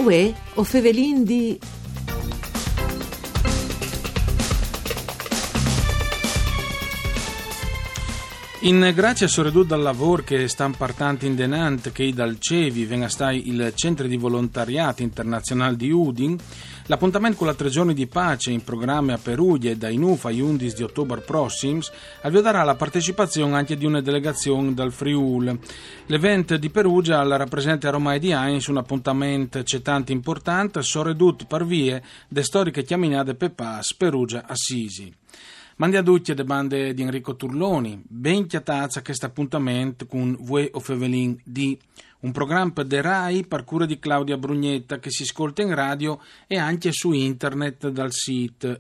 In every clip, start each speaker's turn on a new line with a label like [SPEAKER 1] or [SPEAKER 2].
[SPEAKER 1] Uè, o Fevelin di...
[SPEAKER 2] In grazia soprattutto dal lavoro che sta partendo in denant, che dal CEVI venga stai il Centro di Volontariato Internazionale di Udin, l'appuntamento con la 3 giorni di pace in programma a Perugia e dai NUF ai 11 di ottobre prossims avvierà la partecipazione anche di una delegazione dal Friul. L'evento di Perugia rappresenta ormai di anni un appuntamento tanto importante, soprattutto per vie de storiche chiaminate per Pas, Perugia, Assisi. Mandi a tutti le bande di Enrico Turloni, ben chiatazza questo appuntamento con Vue o Fevelin di un programma de RAI per cura di Claudia Brugnetta che si ascolta in radio e anche su internet dal sito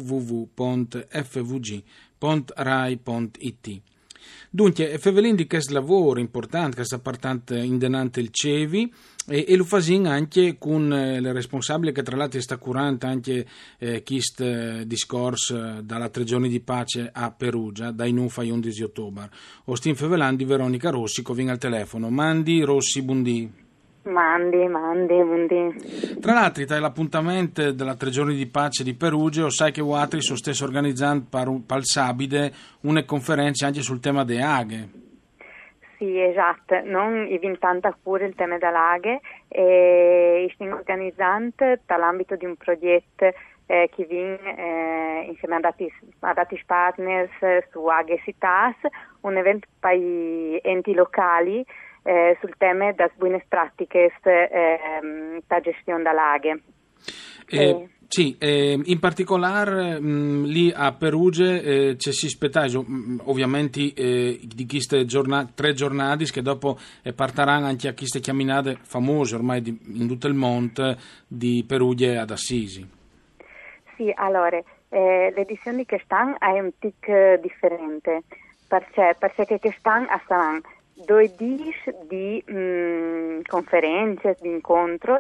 [SPEAKER 2] www.fvg.rai.it. Dunque, Fevelin di questo lavoro importante che sta partendo in denante il CEVI e lo fasin anche con le responsabili che tra l'altro sta curando anche questo discorso dalla 3 giorni di pace a Perugia, dai NUF ai 11 ottobre. Ostin Fevelan di Veronica Rossi, che viene al telefono. Mandi Rossi, buondì.
[SPEAKER 3] Mandi, buondì.
[SPEAKER 2] Tra l'altro, tra l'appuntamento della 3 giorni di pace di Perugia, sai che Watri sono stesso organizzando per il Sabide una conferenza anche sul tema delle aghe.
[SPEAKER 3] Sì, esatto, non in tanta pure il tema delle aghe e stiamo organizzando dall'ambito di un progetto che viene insieme a dati partners su aghe e città, un evento per gli enti locali sul tema delle buone pratiche per gestione delle aghe.
[SPEAKER 2] Sì, in particolare lì a Perugia c'è si aspetta ovviamente di queste 3 giornate che dopo partiranno anche a queste camminate famose ormai in tutto il mondo di Perugia ad Assisi.
[SPEAKER 3] Sì, allora l'edizione di quest'anno è un tic differente perché quest'anno saranno 2 giorni di conferenze, di incontri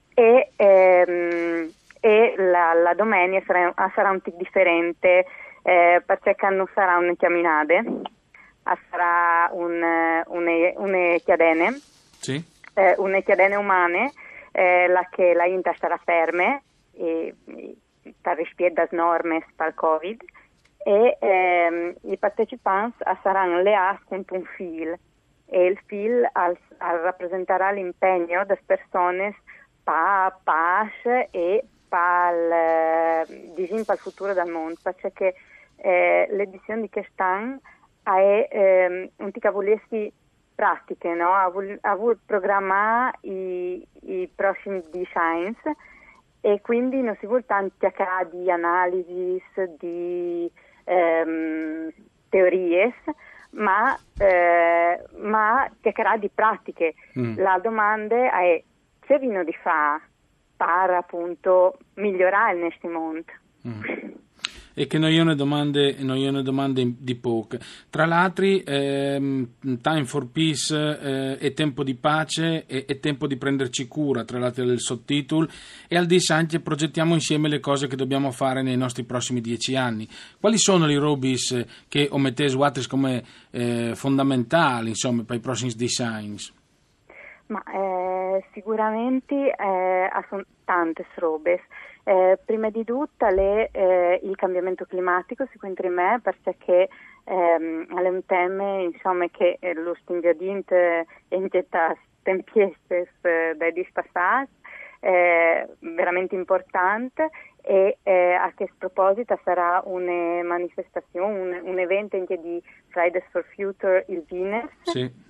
[SPEAKER 3] e la domenica sarà un tic differente perché non sarà una camminata, sarà una chiadene,
[SPEAKER 2] sì.
[SPEAKER 3] Una chiadene umane la che la INTA sarà ferme e per rispetto alle norme per il Covid e i partecipanti saranno leati con un fil e il fil rappresenterà l'impegno delle persone per pace e per il futuro del mondo, perché l'edizione di quest'anno è un tica volessi pratiche, no? Ha voluto programmare i prossimi designs e quindi non si vuole tanto chiacchierare di analisi, di teorie, ma chiacchierare di pratiche. La domanda è se vino di fare per appunto migliorare il nostro mondo.
[SPEAKER 2] E che non è una domanda di poche. Tra l'altro, Time for Peace è tempo di pace e tempo di prenderci cura, tra l'altro del sottotitolo, e al dis anche progettiamo insieme le cose che dobbiamo fare nei nostri prossimi 10 anni. Quali sono i robis che omettete come fondamentali, insomma, per i prossimi designs?
[SPEAKER 3] Ma sicuramente sono tante robe. Prima di tutto il cambiamento climatico, secondo me, perché è un tema insomma, che lo stingiadint ingetta tempieste dai dispassati, veramente importante e a questo proposito sarà una manifestazione, un evento anche di Fridays for Future il venerdì.
[SPEAKER 2] Sì.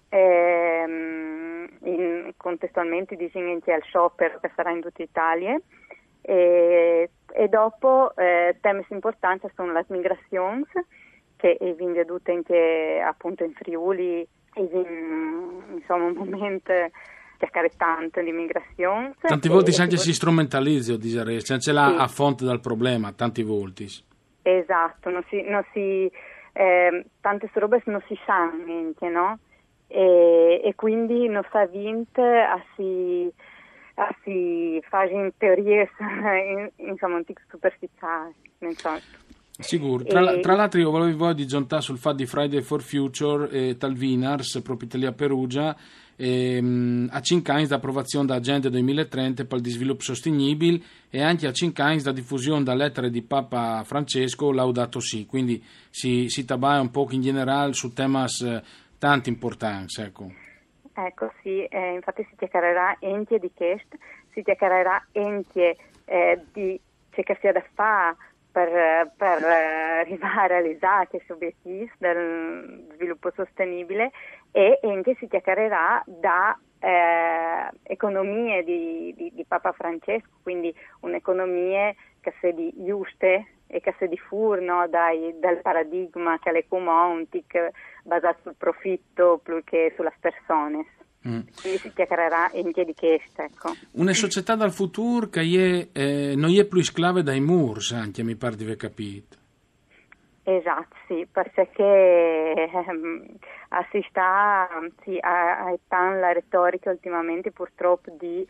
[SPEAKER 3] Contestualmente disegna anche al shopper che sarà in tutta Italia e dopo temi importanti sono le migrazioni che vengono vedute anche appunto in Friuli insomma un momento tanto di migrazioni
[SPEAKER 2] tanti volti anche si strumentalizza direi c'è là a fonte dal problema tanti volti
[SPEAKER 3] esatto non si tante robe non si sanno niente, no? E quindi non si è vinto a si fare in teorie insomma un tic superficiale non so.
[SPEAKER 2] Sicuro. Tra l'altro io volevo di giuntare sul fatto di Friday for Future e Talvinars proprio lì a Perugia a 5 anni d'approvazione da Agenda 2030 per il sviluppo sostenibile e anche a 5 anni da diffusione da lettere di Papa Francesco Laudato Si, quindi si tabà un po' in generale su temi tanto importanti, ecco.
[SPEAKER 3] Ecco, sì, infatti si chiacchiererà anche di questo, si chiacchiererà anche di ciò che sia da fare per arrivare a realizzare questi obiettivi del sviluppo sostenibile e anche si chiacchiererà da economie di Papa Francesco, quindi un'economia che sia di giuste e che sia di fuori, no, dal paradigma che è comunque basato sul profitto più che sulle persone. Quindi si chiacchiererà anche di questo, ecco.
[SPEAKER 2] Una società dal futuro che non è più sclave dai murs, anche mi pare di aver capito.
[SPEAKER 3] Esatto, sì, perché si sta a la retorica ultimamente purtroppo di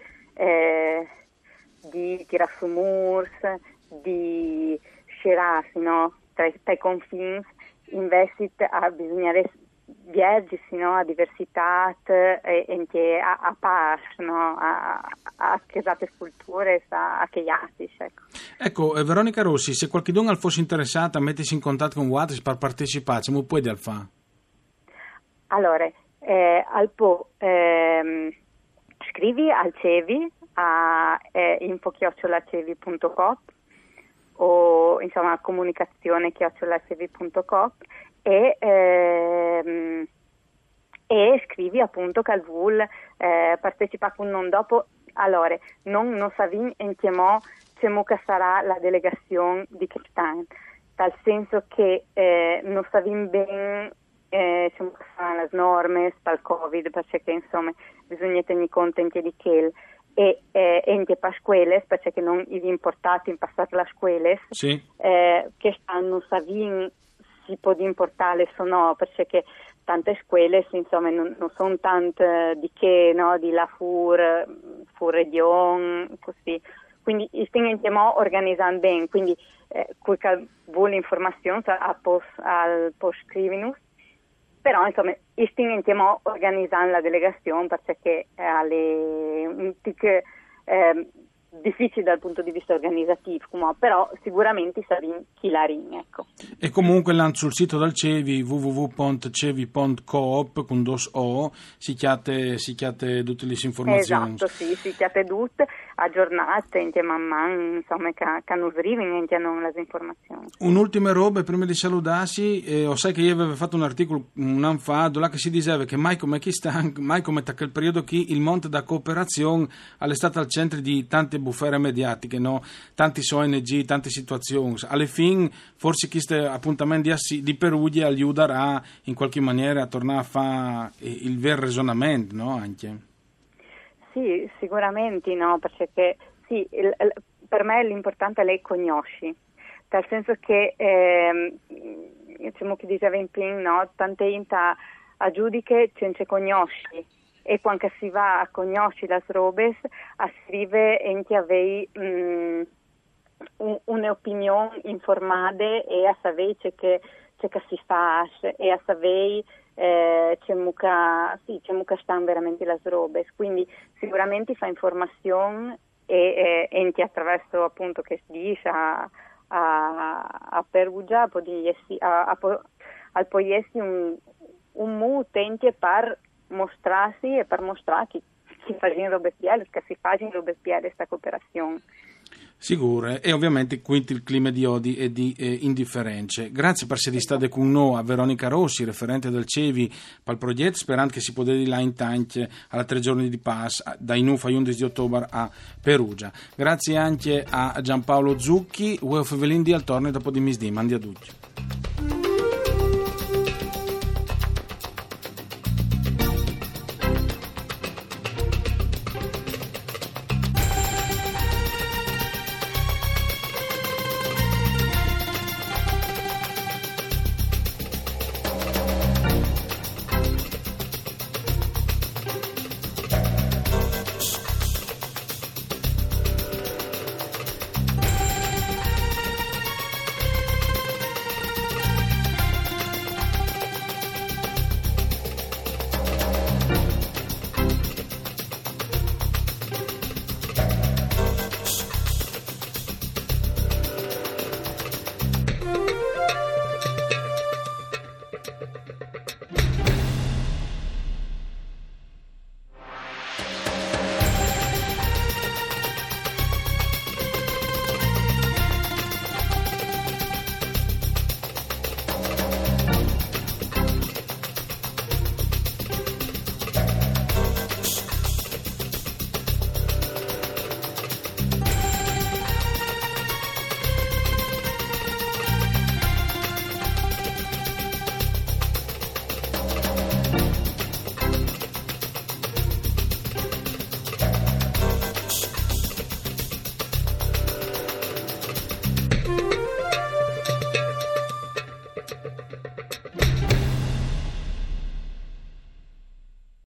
[SPEAKER 3] tirare su murs, di scerarsi, no, tra i confini, invece bisogna viaggiarsi, no, a diversità e a pace, no, a chiesate culture, a che arti, ecco.
[SPEAKER 2] Ecco, Veronica Rossi, se qualcuno fosse interessata a mettersi in contatto con voi per partecipare, come puoi fare?
[SPEAKER 3] Allora, scrivi al CEVI a info@cevi.coop o insomma comunicazione@cevi.coop e scrivi appunto che vuol partecipare con non dopo. Allora, non sappiamo in che modo sarà la delegazione di quest'anno, dal senso che non sappiamo bene come saranno le norme per il Covid, perché insomma bisogna tenere conto anche di quello. E anche per scuole, perché non è importato in passato le scuole,
[SPEAKER 2] sì.
[SPEAKER 3] Che stanno sapendo si può importare o no, perché tante scuole insomma non sono tante di che, no, di la fu regione, così. Quindi stiamo organizzando bene, quindi quel che vuole informazioni al post scrivinus, però insomma stiamo organizzando la delegazione perché è difficile dal punto di vista organizzativo, però sicuramente sappiamo chi la ring, ecco.
[SPEAKER 2] E comunque sul sito del CEVI www.cevi.coop con o si chiate tutte le informazioni.
[SPEAKER 3] Esatto, sì, si chiate tutte aggiornate in man mano, insomma, che nos arrivano e hanno le informazioni.
[SPEAKER 2] Un'ultima roba prima di salutarsi, sai che io avevo fatto un articolo un anno fa dove si diceva che mai come quel periodo che il monte da cooperazione è stato al centro di tante bufere mediatiche, no? Tanti ONG, tante situazioni. Alla fine forse questi appuntamenti di Perugia aiuterà in qualche maniera a tornare a fare il vero ragionamento, no? Anche. Sì, sicuramente, no? Perché sì, per me l'importante è lei conosci, nel senso che diciamo che diceva in prima, no? Tante a giudiche ci conosci. E quando si va a conoscere le robe, a scrivere e avere un'opinione informata e a sapere che si fa e a sapere come stanno veramente le robe. Quindi sicuramente fa informazione e attraverso appunto che si dice a Perugia può essere un utente per mostrarsi e per mostrare che si fa robe piede, che si fa robe piede questa cooperazione. Sicuro, e ovviamente quindi il clima di odi e di indifferenza. Grazie per essere stata con noi a Veronica Rossi, referente del CEVI per il progetto, sperando che si potesse dire là in tanti alla 3 giorni di pass da Inufa 11 di ottobre a Perugia. Grazie anche a Giampaolo Zucchi, Ueo Fevelin di Altorne dopo di Misdi. Mandi a tutti.